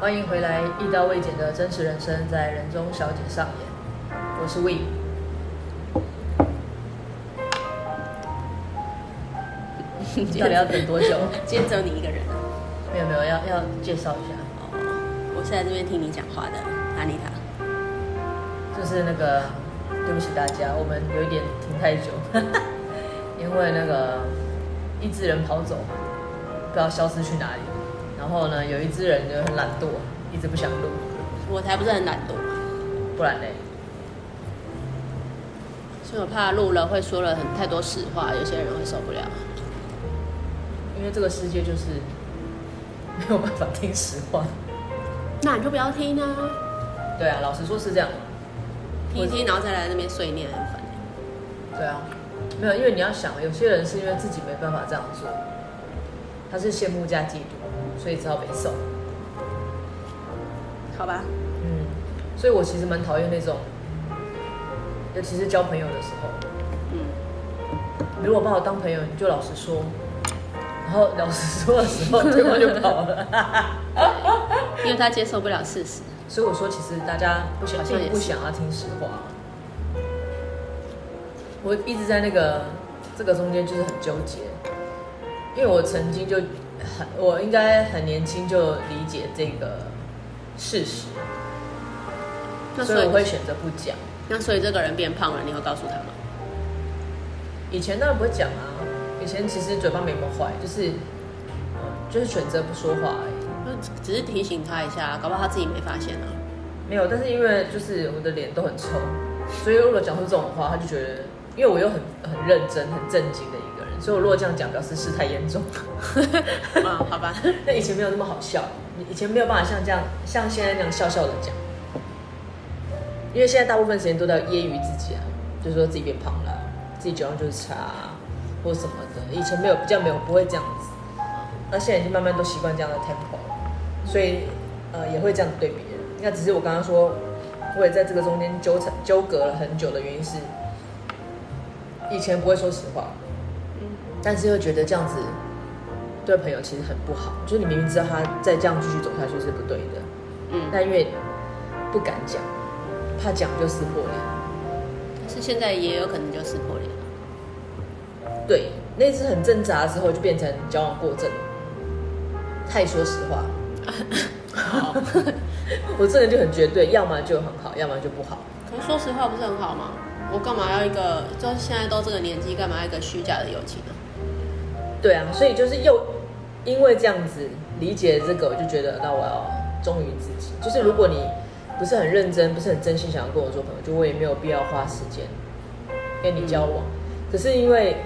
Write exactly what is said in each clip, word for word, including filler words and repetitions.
欢迎回来，一刀未剪的真实人生在人中小姐上演。我是 We。到底要等多久？ 今天只有你一个人啊？ 没有没有，要要介绍一下。 哦，我是在这边听你讲话的，安妮塔。 就是那个，对不起大家，我们有一点停太久，因为那个一只人跑走，不知道消失去哪里。然后呢，有一只人就很懒惰，一直不想录。 我才不是很懒惰， 不然呢？ 所以我怕录了会说了很太多实话，有些人会受不了。 因为这个世界就是没有办法听实话。 那你就不要听啊。 对啊，老实说是这样。 听一听，然后再来那边碎念，很烦。 对啊，没有，因为你要想，有些人是因为自己没办法这样做，他是羡慕加嫉妒，所以只好被受。 好吧。 嗯，所以我其实蛮讨厌那种，尤其是交朋友的时候。 嗯。 如果把我当朋友，你就老实说，然后老实说的时候，对方就跑了。 因为他接受不了事实。 所以我说，其实大家不想，并不想要听实话。我一直在那个这个中间就是很纠结，因为我曾经就很，我应该很年轻就理解这个事实，所以我会选择不讲。 那所以这个人变胖了，你会告诉他吗？ 以前当然不会讲啊，以前其实嘴巴没那么坏，就是，嗯，就是选择不说话而已。 只是提醒他一下，搞不好他自己没发现啊。 没有，但是因为就是我的脸都很臭，所以如果讲出这种话，他就觉得，因为我又很很认真、很正经的一个人，所以我如果这样讲，表示事态严重。 啊，好吧。 那以前没有那么好笑，以前没有办法像这样，像现在那样笑笑的讲，因为现在大部分时间都在揶揄自己啊，就是说自己变胖了，自己酒量就是差、啊，或什么的。以前没有，比较没有，不会这样子。那现在已经慢慢都习惯这样的 tempo， 所以呃也会这样对别人。那只是我刚刚说，我也在这个中间纠缠纠葛了很久的原因是，以前不会说实话，嗯，但是又觉得这样子对朋友其实很不好，就是你明明知道他再这样继续走下去是不对的，嗯，但因为不敢讲，怕讲就撕破脸。 但是现在也有可能就撕破脸了。 对，那次很挣扎之后就变成矫枉过正。太说实话，好，我这人就很绝对，要么就很好，要么就不好。 可是说实话不是很好吗？我干嘛要一个？就现在都这个年纪，干嘛要一个虚假的友情呢？ 对啊，所以就是又因为这样子理解这个，我就觉得那我要忠于自己。就是如果你不是很认真，不是很真心想要跟我做朋友，就我也没有必要花时间跟你交往。嗯、可是因为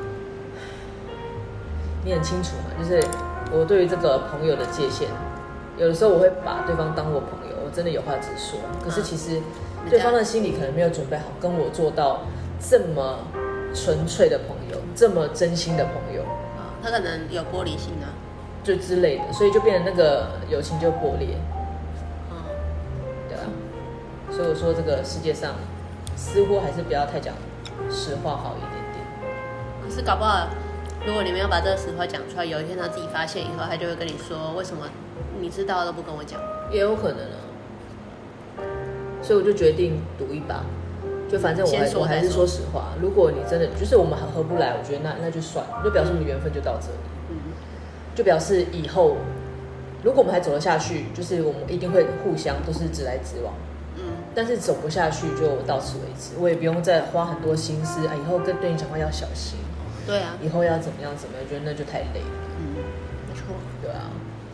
你很清楚嘛，就是我对于这个朋友的界限，有的时候我会把对方当我朋友，我真的有话直说。可是其实对方的心里可能没有准备好跟我做到这么纯粹的朋友，这么真心的朋友。 啊，他可能有玻璃心啊， 就之类的，所以就变成那个友情就破裂。嗯，对啊。所以我说这个世界上似乎还是不要太讲实话好一点点。 可是搞不好。如果你没有把这个实话讲出来，有一天他自己发现以后，他就会跟你说：“为什么你知道都不跟我讲？”也有可能啊。所以我就决定赌一把，就反正我还我还是说实话。如果你真的就是我们合不来，我觉得那那就算了，就表示我们缘分就到这里。嗯，就表示以后如果我们还走得下去，就是我们一定会互相都是直来直往。嗯，但是走不下去就到此为止，我也不用再花很多心思啊，以后跟对你讲话要小心。 对啊， 以后要怎么样怎么样，觉得那就太累了。 嗯，没错。 对啊，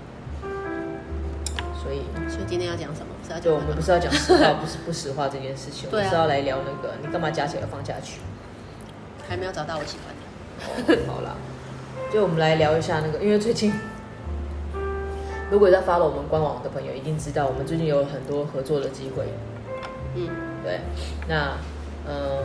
所以所以今天要讲什么？是要讲对，我们不是要讲实话，不是不实话这件事情，我们是要来聊那个你干嘛加起来放下去？ 还没有找到我喜欢的。 哦，好啦，就我们来聊一下那个，因为最近如果在 follow 我们官网的朋友，一定知道我们最近有很多合作的机会。嗯，对，那嗯。呃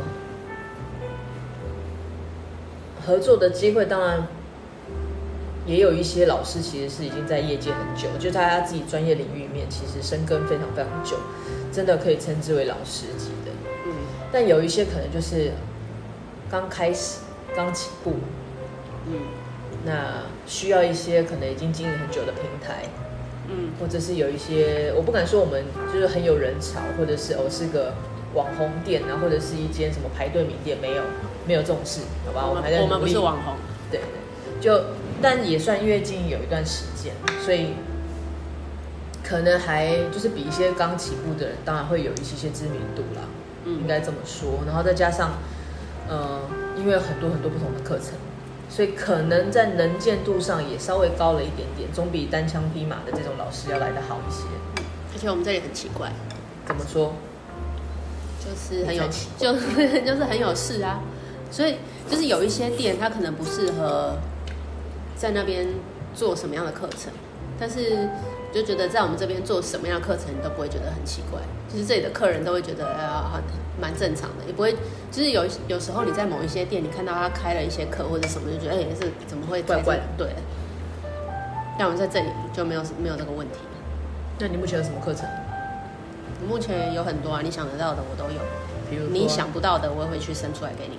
合作的机会当然也有一些老师其实是已经在业界很久，就在他自己专业领域里面其实深耕非常非常久，真的可以称之为老师级的。嗯，但有一些可能就是刚开始刚起步，嗯，那需要一些可能已经经营很久的平台， 嗯，或者是有一些，我不敢说我们就是很有人潮，或者是哦是个网红店啊，或者是一间什么排队名店，没有没有这种事，好吧？我们还在努力。 我们不是网红， 对对，就但也算因为经营有一段时间，所以可能还就是比一些刚起步的人，当然会有一些些知名度啦，嗯，应该这么说。然后再加上，呃，因为有很多很多不同的课程。所以可能在能见度上也稍微高了一点点，总比单枪匹马的这种老师要来得好一些。 而且我们这里很奇怪， 怎么说？ 就是很有，就是就是很有事啊。所以就是有一些店，它可能不适合在那边做什么样的课程，但是就觉得在我们这边做什么样的课程，你都不会觉得很奇怪。就是这里的客人都会觉得啊，蛮正常的，也不会。就是有有时候你在某一些店，你看到他开了一些课或者什么，就觉得哎，这怎么会怪怪的？ 对。但我们在这里就没有没有这个问题。 那你目前有什么课程？ 目前有很多啊，你想得到的我都有。 比如你想不到的，我也会去生出来给你。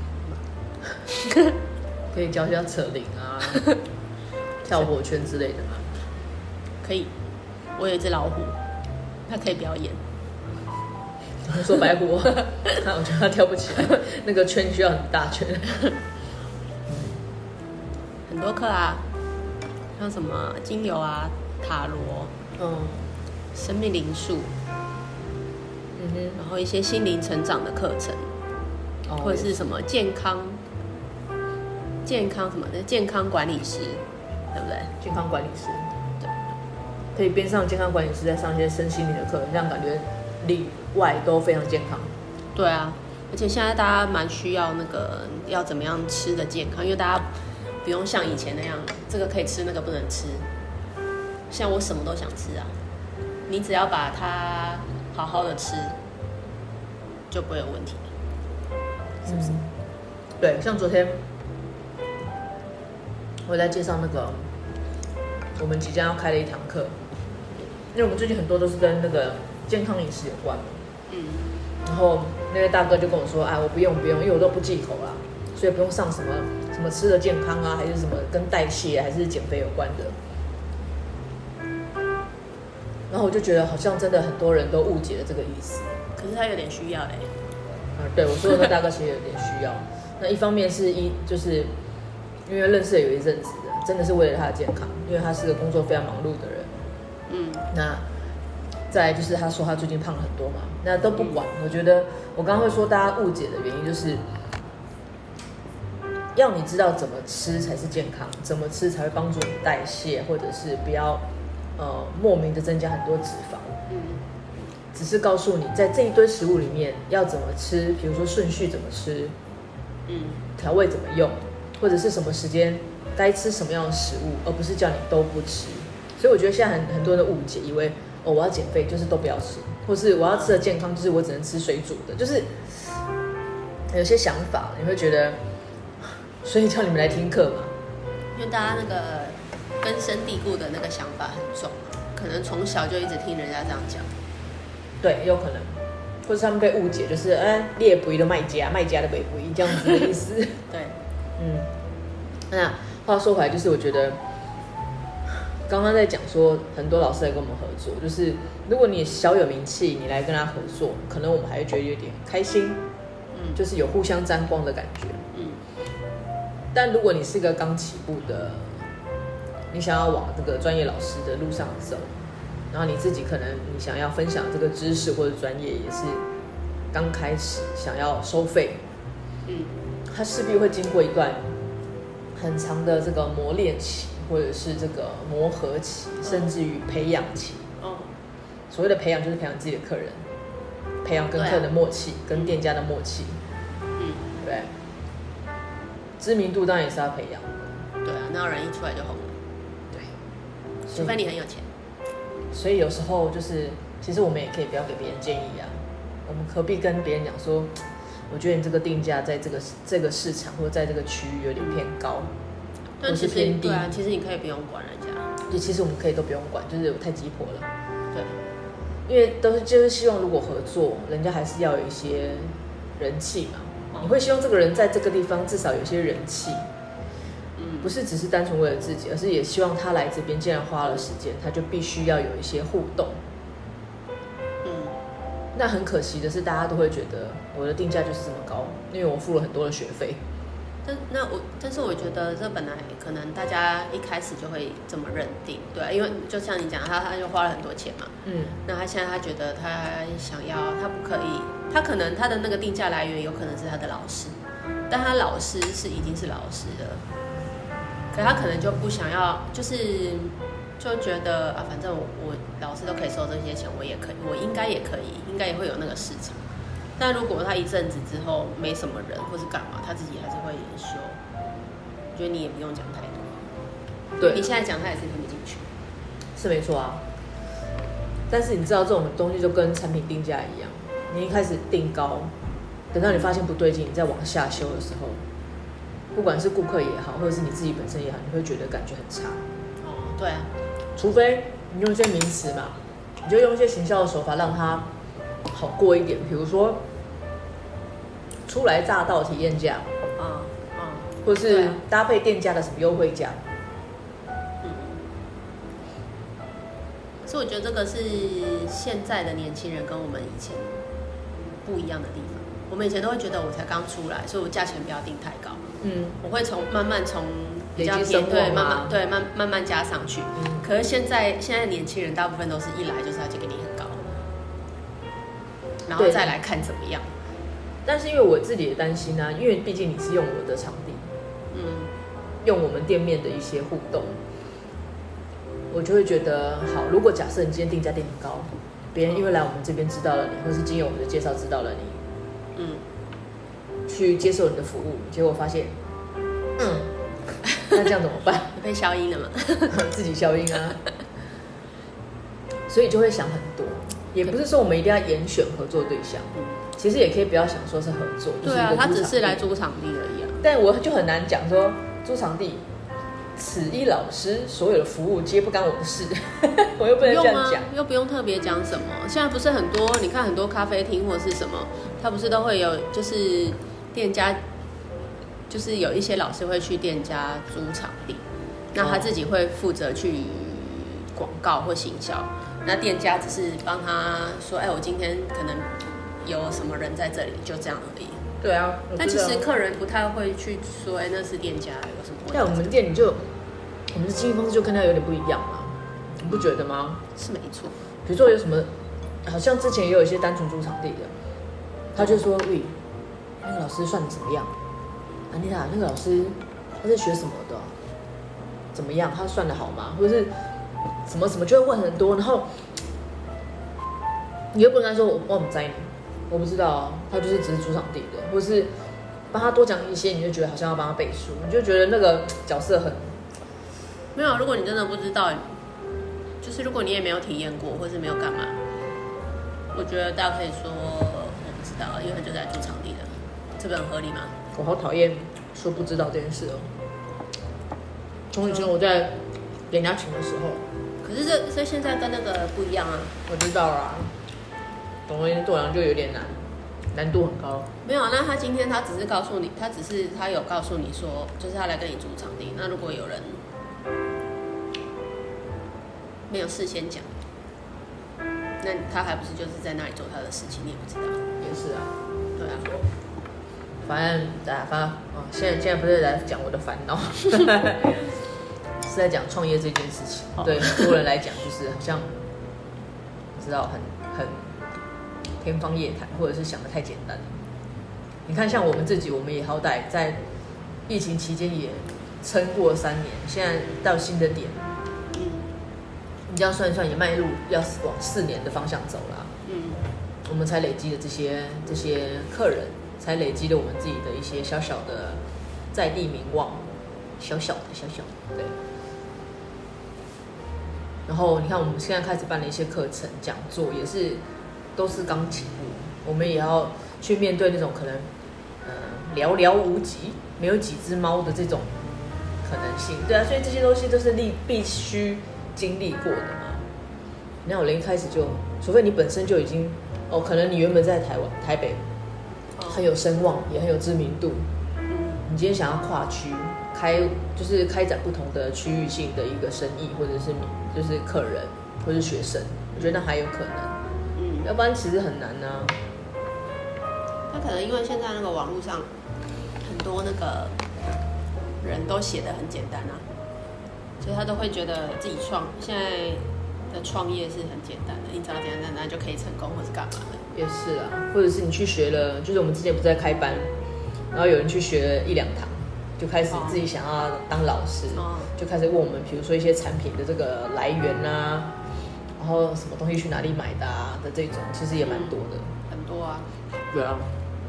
可以教一下扯铃啊、跳火圈之类的吗？ 可以。我有一只老虎，它可以表演。 你说白虎，那我觉得他跳不起来，那个圈需要很大圈。 很多课啊，像什么精油啊、塔罗，嗯，生命灵数，嗯哼，然后一些心灵成长的课程，哦、或者是什么健康、健康什么的健康管理师，对不对？ 健康管理师，对，可以边上健康管理师再上一些身心灵的课，这样感觉里外都非常健康。 对啊，而且现在大家蛮需要那个要怎么样吃的健康，因为大家不用像以前那样，这个可以吃，那个不能吃。像我什么都想吃啊，你只要把它好好的吃，就不会有问题，是不是？嗯、 对，像昨天我在介绍那个我们即将要开的一堂课，因为我们最近很多都是跟那个健康饮食有关，嗯，然后那位大哥就跟我说，哎，我不用不用，因为我都不忌口啦，所以不用上什么什么吃的健康啊，还是什么跟代谢还是减肥有关的。然后我就觉得好像真的很多人都误解了这个意思。 可是他有点需要嘞。 嗯，对，我说的那大哥其实有点需要。那一方面是一就是因为认识了有一阵子的，真的是为了他的健康，因为他是个工作非常忙碌的人。嗯，那再来就是他说他最近胖了很多嘛，那都不管。我觉得我刚刚会说大家误解的原因就是，要你知道怎么吃才是健康，怎么吃才会帮助你代谢，或者是不要呃莫名的增加很多脂肪。嗯，只是告诉你在这一堆食物里面要怎么吃，比如说顺序怎么吃，嗯，调味怎么用，或者是什么时间该吃什么样的食物，而不是叫你都不吃。所以我觉得现在很很多人的误解，以为哦我要减肥就是都不要吃，或是我要吃的健康就是我只能吃水煮的，就是有些想法你会觉得，所以叫你们来听课嘛， 因为大家那个根深蒂固的那个想法很重，可能从小就一直听人家这样讲。 对，有可能，或是他们被误解，就是哎，猎捕的卖家，卖家的北捕这样子的意思。 对， 嗯。那话说回来，就是我觉得刚刚在讲说，很多老师来跟我们合作，就是如果你小有名气，你来跟他合作，可能我们还会觉得有点开心，嗯，就是有互相沾光的感觉，嗯。但如果你是个刚起步的，你想要往这个专业老师的路上走。然后你自己可能你想要分享这个知识或者专业也是刚开始想要收费，嗯，它势必会经过一段很长的这个磨练期，或者是这个磨合期，甚至于培养期。哦，所谓的培养就是培养自己的客人，培养跟客人的默契，跟店家的默契，嗯，对。知名度当然也是要培养的。 对啊，哪有人一出来就红了？对，除非你很有钱。 所以有时候就是，其实我们也可以不要给别人建议啊。我们何必跟别人讲说，我觉得你这个定价在这个这个市场或者在这个区域有点偏高， 或是偏低。对啊，其实你可以不用管人家。 就其实我们可以都不用管，就是太鸡婆了。对，因为都是就是希望如果合作，人家还是要有一些人气嘛。你会希望这个人在这个地方至少有些人气。嗯， 不是只是单纯为了自己，而是也希望他来这边，既然花了时间，他就必须要有一些互动。 嗯， 那很可惜的是，大家都会觉得我的定价就是这么高，因为我付了很多的学费。 但那我，但是我觉得这本来可能大家一开始就会这么认定，对、啊，因为就像你讲，他他就花了很多钱嘛， 嗯， 那他现在他觉得他想要，他不可以，他可能他的那个定价来源有可能是他的老师，但他老师是已经是老师的，可他可能就不想要，就是就觉得啊，反正我我老师都可以收这些钱，我也可以，我应该也可以，应该也会有那个市场。但如果他一阵子之后没什么人或是干嘛，他自己还是会修。我觉得你也不用讲太多，对，你现在讲他也是听不进去， 是没错啊。但是你知道这种东西就跟产品定价一样，你一开始定高，等到你发现不对劲，你再往下修的时候，不管是顾客也好，或者是你自己本身也好，你会觉得感觉很差。 哦，对啊， 除非你用一些名词嘛，你就用一些行销的手法让它好过一点，比如说初来乍到体验价， 啊啊， 或是搭配店家的什么优惠价。 嗯，所以我觉得这个是现在的年轻人跟我们以前不一样的地方。我们以前都会觉得我才刚出来，所以我价钱不要定太高。嗯，我会从慢慢从比较偏对慢慢对慢慢慢加上去。嗯，可是现在现在年轻人大部分都是一来就是要就给你很高，然后再来看怎么样。 但是因为我自己也担心啊，因为毕竟你是用我的场地，嗯，用我们店面的一些互动，我就会觉得好。如果假设你今天定价定很高，别人因为来我们这边知道了你，或是经由我们的介绍知道了你，嗯，去接受你的服务，结果发现，嗯，那这样怎么办？ 被消音了嘛？ 自己消音啊，所以就会想很多。也不是说我们一定要严选合作对象，嗯，其实也可以不要想说是合作， 对啊，他只是来租场地而已啊。 但我就很难讲说租场地，此一老师所有的服务皆不干我的事，我又不能这样讲， 啊，又不用特别讲什么。现在不是很多，你看很多咖啡厅或者是什么，他不是都会有，就是店家，就是有一些老师会去店家租场地，那他自己会负责去广告或行销。那店家只是帮他说，哎，我今天可能有什么人在这里，就这样而已。 对啊， 但其实客人不太会去说，哎，那是店家有什么问题。 在我们店里就，我们的经营方式就跟他有点不一样嘛，你不觉得吗？ 是没错。 比如说有什么，好像之前也有一些单纯租场地的，他就说，喂，那个老师算你怎么样？安妮塔，那个老师他是学什么的？怎么样？他算得好吗？或者是什么什么就会问很多，然后你又不能说我我不在你，我不知道啊，他就是只是租场地的，或是帮他多讲一些，你就觉得好像要帮他背书，你就觉得那个角色很没有。如果你真的不知道，就是如果你也没有体验过，或是没有干嘛，我觉得大家可以说我不知道，因为他就在租场地的，这个很合理吗？ 我好讨厌说不知道这件事哦。从以前我在给人家请的时候， 可是这这现在跟那个不一样啊。 我知道啦，总而言之对我来讲就有点难，难度很高。 没有，那他今天他只是告诉你，他只是他有告诉你说，就是他来跟你租场地。那如果有人没有事先讲，那他还不是就是在那里做他的事情，你也不知道。 也是啊， 对啊。 反正啊，反正哦，现在现在不是来讲我的烦恼，是在讲创业这件事情。对很多人来讲，就是好像你知道很很天方夜谭，或者是想的太简单了。你看，像我们自己，我们也好歹在疫情期间也撑过三年，现在到新的点，你这样算一算，也迈入要往四年的方向走了。嗯，我们才累积了这些这些客人。才累积了我们自己的一些小小的在地名望，小小的小小的对。然后你看，我们现在开始办了一些课程、讲座，也是都是刚起步，我们也要去面对那种可能呃寥寥无几、没有几只猫的这种可能性。对啊，所以这些东西都是必必须经历过的嘛。那我人一开始就，除非你本身就已经哦，可能你原本在台湾、台北。很有声望，也很有知名度。你今天想要跨区开就是开展不同的区域性的一个生意，或者是就是客人或是学生，我觉得那还有可能，嗯，要不然其实很难啊。 那可能因为现在那个网络上很多那个人都写得很简单啊，所以他都会觉得自己创现在的创业是很简单的，你只要简单简单就可以成功，或是干嘛的。 也是啊，或者是你去学了，就是我们之前不是在开班，然后有人去学了一两堂，就开始自己想要当老师，哦、就开始问我们，比如说一些产品的这个来源啊，然后什么东西去哪里买的啊的这种，其实也蛮多的， 嗯、很多啊。 对啊。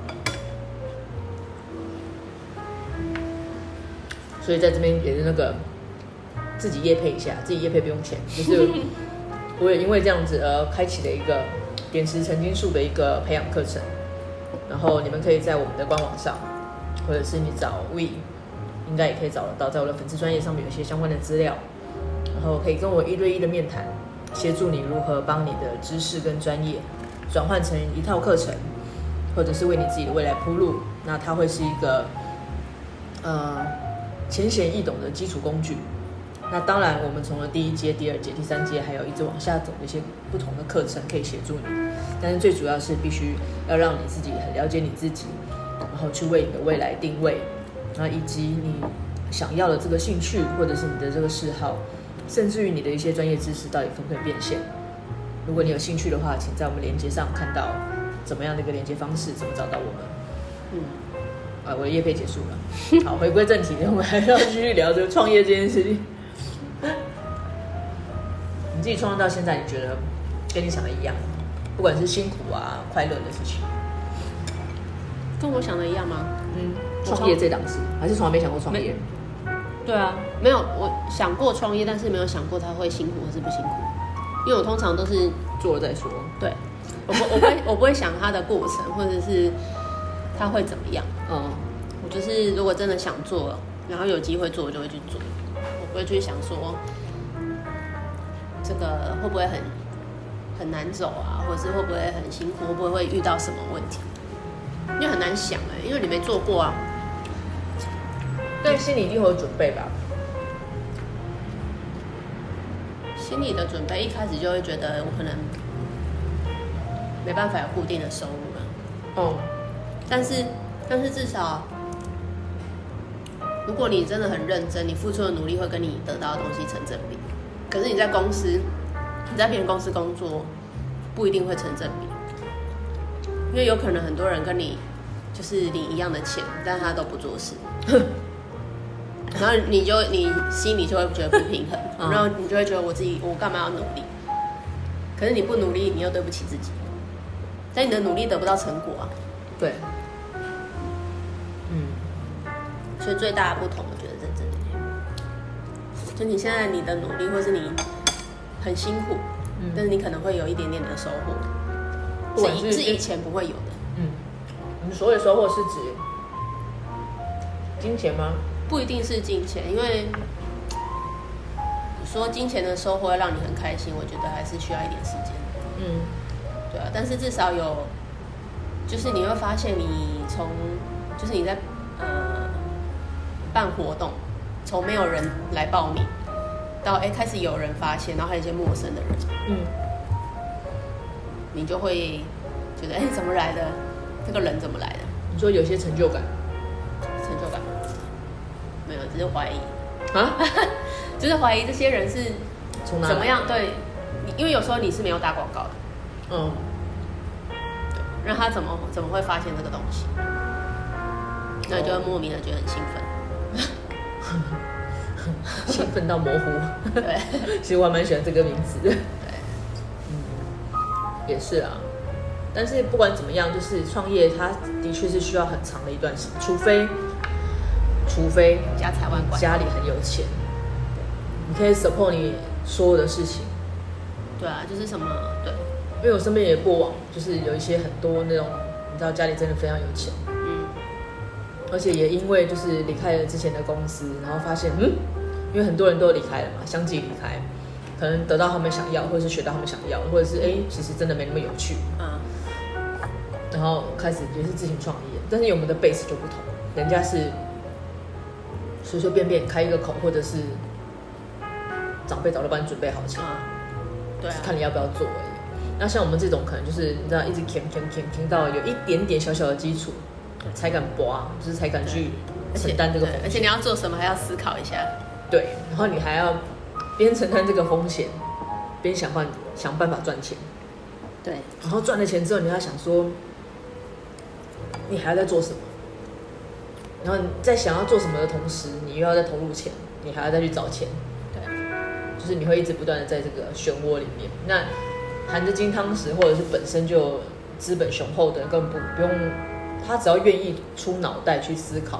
所以在这边也是那个自己业配一下，自己业配不用钱，就是我也因为这样子而开启了一个点石成金术的一个培养课程，然后你们可以在我们的官网上，或者是你找 We， 应该也可以找得到，在我的粉丝专页上面有一些相关的资料，然后可以跟我一对一的面谈，协助你如何帮你的知识跟专业转换成一套课程，或者是为你自己的未来铺路。那它会是一个呃浅显易懂的基础工具。那当然，我们从了第一阶、第二阶、第三阶，还有一直往下走的一些不同的课程，可以协助你。但是最主要是必须要让你自己很了解你自己，然后去为你的未来定位，那以及你想要的这个兴趣，或者是你的这个嗜好，甚至于你的一些专业知识到底可不可以变现。如果你有兴趣的话，请在我们连结上看到怎么样的一个连结方式，怎么找到我们。嗯。啊，我的业配结束了。好，回归正题，我们还是要继续聊这个创业这件事情。你自己创业到现在，你觉得跟你想的一样吗？不管是辛苦啊、快乐的事情， 跟我想的一样吗？ 嗯，创业这档事，还是从来没想过创业？ 对啊，没有，我想过创业，但是没有想过它会辛苦或是不辛苦，因为我通常都是做了再说。 对，我不，我不会，我不会想它的过程，或者是它会怎么样。嗯，我就是如果真的想做，然后有机会做，我就会去做。我不会去想说这个会不会很很难走啊，或者是会不会很辛苦，会不会会遇到什么问题，因为很难想哎、欸，因为你没做过啊。 但心里一定会有准备吧？ 心理的准备一开始就会觉得我可能没办法有固定的收入了。哦，但是但是至少，如果你真的很认真，你付出的努力会跟你得到的东西成正比。可是你在公司，你在别人公司工作，不一定会成正比，因为有可能很多人跟你就是领一样的钱，但他都不做事，然后你就你心里就会觉得不平衡，嗯、然后你就会觉得我自己我干嘛要努力？可是你不努力，你又对不起自己，但你的努力得不到成果啊。 对，嗯， 所以最大的不同，我觉得在这里。就你现在你的努力，或是你很辛苦，嗯、但是你可能会有一点点的收获，是是以前不会有的。 嗯，你所谓的收获是指金钱吗？ 不一定是金钱，因为说金钱的收获会让你很开心，我觉得还是需要一点时间。嗯，对啊，但是至少有，就是你会发现你从，就是你在呃办活动。从没有人来报名，到哎开始有人发现，然后还有一些陌生的人，嗯，你就会觉得哎怎么来的？这个人怎么来的？ 你说有些成就感， 成就感没有，只是怀疑啊，就是怀疑这些人是从哪怎么样？对，因为有时候你是没有打广告的，嗯，让他怎么怎么会发现这个东西？那你就会莫名的觉得很兴奋。 兴奋到模糊， 对， 其实我还蛮喜欢这个名字的， 对， 嗯，也是啊。但是不管怎么样，就是创业，它的确是需要很长的一段时间，除非，除非家财万贯， 家里很有钱，你可以 support 你所有的事情。 对啊，就是什么对， 因为我身边也过往，就是有一些很多那种，你知道家里真的非常有钱。而且也因为就是离开了之前的公司，然后发现，嗯，因为很多人都离开了嘛，相继离开，可能得到他们想要，或者是学到他们想要，或者是哎，其实真的没那么有趣，嗯，然后开始也是自行创业，但是我们的 base 就不同，人家是随随便便开一个口，或者是长辈早就帮你准备好钱， 啊，对啊， 看你要不要做而已。那像我们这种可能就是你知道一直填填填填到有一点点小小的基础，才敢拔，就是才敢去承担这个风险。 而且你要做什么还要思考一下。 对，然后你还要边承担这个风险，边想办想办法赚钱。 对， 然后赚了钱之后，你要想说，你还要在做什么？然后你在想要做什么的同时，你又要再投入钱，你还要再去找钱。 对， 就是你会一直不断的在这个漩涡里面。那含着金汤匙，或者是本身就资本雄厚的，根本不不用，他只要愿意出脑袋去思考，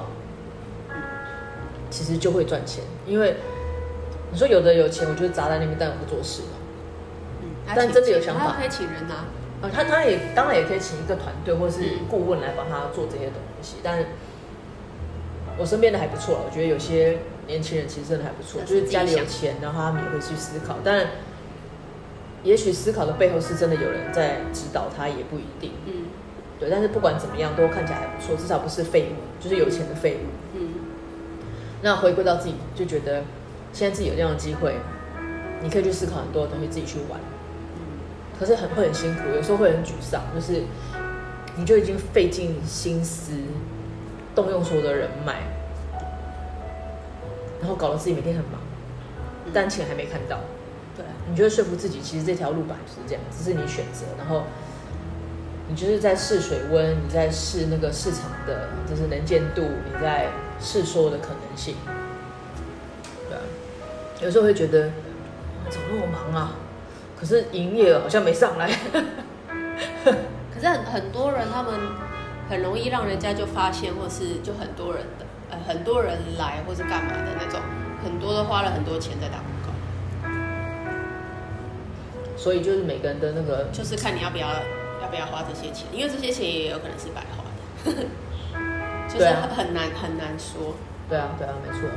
其实就会赚钱。因为你说有的有钱，我就砸在那边，但我不做事嘛。 嗯， 但真的有想法， 他可以请人啊。 啊，他他也当然也可以请一个团队或是顾问来帮他做这些东西。但是我身边的还不错，我觉得有些年轻人其实真的还不错，就是家里有钱，然后他们也会去思考。但也许思考的背后是真的有人在指导他，也不一定。嗯，对。但是不管怎么样，都看起来还不错，至少不是废物，就是有钱的废物。嗯。那回归到自己，就觉得现在自己有这样的机会，你可以去思考很多的东西，自己去玩。可是很会很辛苦，有时候会很沮丧，就是你就已经费尽心思，动用所有的人脉，然后搞得自己每天很忙，但钱还没看到。对，你就会说服自己，其实这条路本来就是这样，只是你选择，然后你就是在试水温，你在试那个市场的就是能见度，你在试所有的可能性。对啊，有时候会觉得怎么那么忙啊？可是营业额好像没上来。 可是很很多人他们很容易让人家就发现，或是就很多人的呃很多人来或是干嘛的那种，很多都花了很多钱在打广告。所以就是每个人的那个，就是看你要不要要不要花这些钱，因为这些钱也有可能是白花的，就是很难、啊、很难说。 对啊，对啊，没错。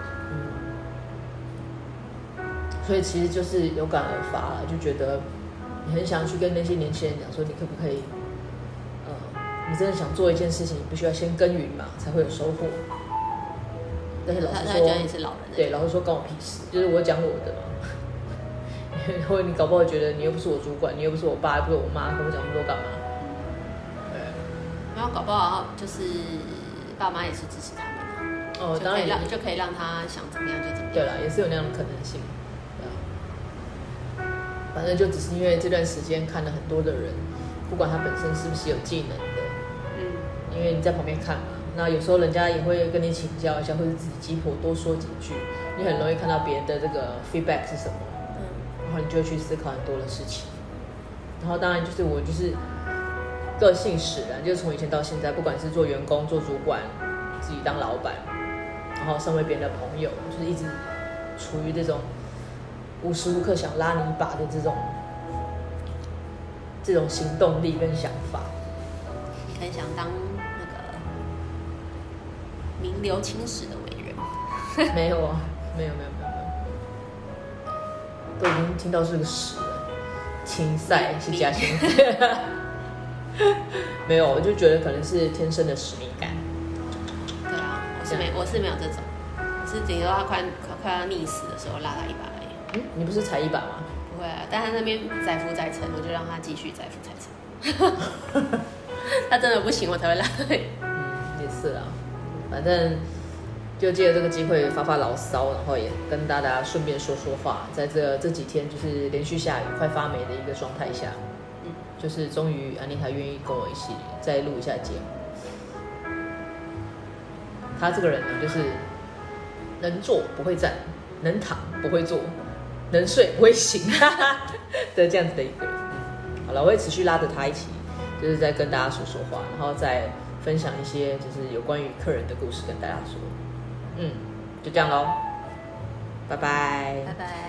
嗯，所以其实就是有感而发了，就觉得你很想去跟那些年轻人讲说，你可不可以，呃，你真的想做一件事情，你必须要先耕耘嘛，才会有收获。但是老实说， 你是老人， 对，老实说关我屁事，就是我讲我的嘛。或者你搞不好觉得你又不是我主管，你又不是我爸，又不是我妈，跟我讲那么多干嘛？对。 然后搞不好就是爸妈也是支持他们的，哦，当然就可以让他想怎么样就怎么样。 对啦，也是有那样的可能性。对啊。反正就只是因为这段时间看了很多的人，不管他本身是不是有技能的，嗯，因为你在旁边看嘛，那有时候人家也会跟你请教一下，或者自己鸡婆多说几句，你很容易看到别人的这个 feedback 是什么。然后你就会去思考很多的事情，然后当然就是我就是个性使然，就是从以前到现在，不管是做员工、做主管、自己当老板，然后身为别人的朋友，就是一直处于这种无时无刻想拉你一把的这种这种行动力跟想法。 你很想当那个名留青史的伟人？ 没有啊，没有没有没有。都已经听到是个屎了，青赛是加薪，没有，我就觉得可能是天生的使命感。 对啊，我是没，我是没有这种，我是顶多他快快要溺死的时候拉他一把而已。 嗯，你不是踩一把吗？ 不会啊，但他那边载浮载沉，我就让他继续载浮载沉。他真的不行，我才会拉。 嗯，也是啊，反正。就借着这个机会发发牢骚，然后也跟大家顺便说说话。在这这几天就是连续下雨、快发霉的一个状态下，嗯，就是终于安妮塔愿意跟我一起再录一下节目。她这个人呢，就是能坐不会站，能躺不会坐，能睡不会醒的这样子的一个人。好了，我会持续拉着她一起，就是在跟大家说说话，然后再分享一些就是有关于客人的故事跟大家说。嗯，就这样咯，拜拜， 拜拜。